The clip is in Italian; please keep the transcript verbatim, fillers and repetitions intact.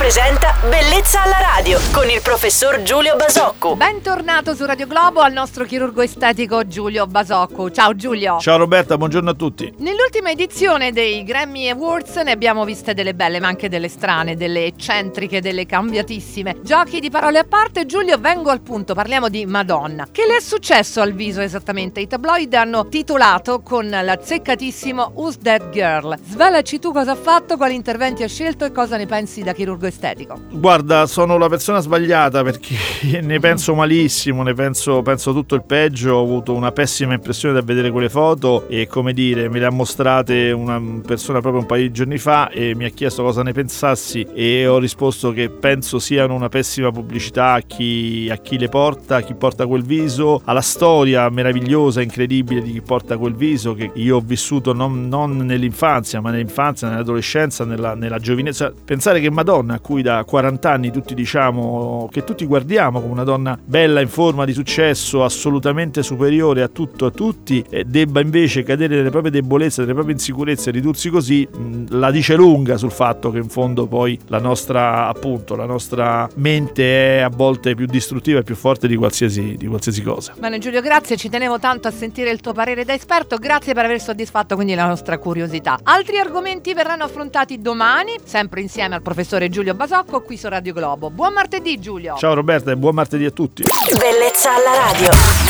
presenta Bellezza alla radio con il professor Giulio Basocco. Bentornato su Radio Globo al nostro chirurgo estetico Giulio Basocco. Ciao Giulio. Ciao Roberta, buongiorno a tutti. Nell'ultima edizione dei Grammy Awards ne abbiamo viste delle belle, ma anche delle strane, delle eccentriche, delle cambiatissime. Giochi di parole a parte, Giulio, vengo al punto, parliamo di Madonna. Che le è successo al viso esattamente? I tabloid hanno titolato con l'azzeccatissimo Who's That Girl? Svelaci tu cosa ha fatto, quali interventi ha scelto e cosa ne pensi da chirurgo estetico. Guarda, sono la persona sbagliata perché ne penso malissimo, ne penso, penso tutto il peggio. Ho avuto una pessima impressione da vedere quelle foto e, come dire, me le ha mostrate una persona proprio un paio di giorni fa e mi ha chiesto cosa ne pensassi e ho risposto che penso siano una pessima pubblicità a chi, a chi le porta, a chi porta quel viso, alla storia meravigliosa, incredibile di chi porta quel viso che io ho vissuto non, non nell'infanzia, ma nell'infanzia, nell'adolescenza, nella, nella giovinezza. Pensare che Madonna, a cui da quaranta anni tutti diciamo, che tutti guardiamo come una donna bella, in forma, di successo, assolutamente superiore a tutto, a tutti, e debba invece cadere nelle proprie debolezze, nelle proprie insicurezze e ridursi così, mh, la dice lunga sul fatto che in fondo poi la nostra, appunto, la nostra mente è a volte più distruttiva e più forte di qualsiasi, di qualsiasi cosa. Bene Giulio, grazie, ci tenevo tanto a sentire il tuo parere da esperto, grazie per aver soddisfatto quindi la nostra curiosità. Altri argomenti verranno affrontati domani, sempre insieme al professore Giulio Basocco qui su Radio Globo. Buon martedì Giulio! Ciao Roberta e buon martedì a tutti! Bellezza alla radio.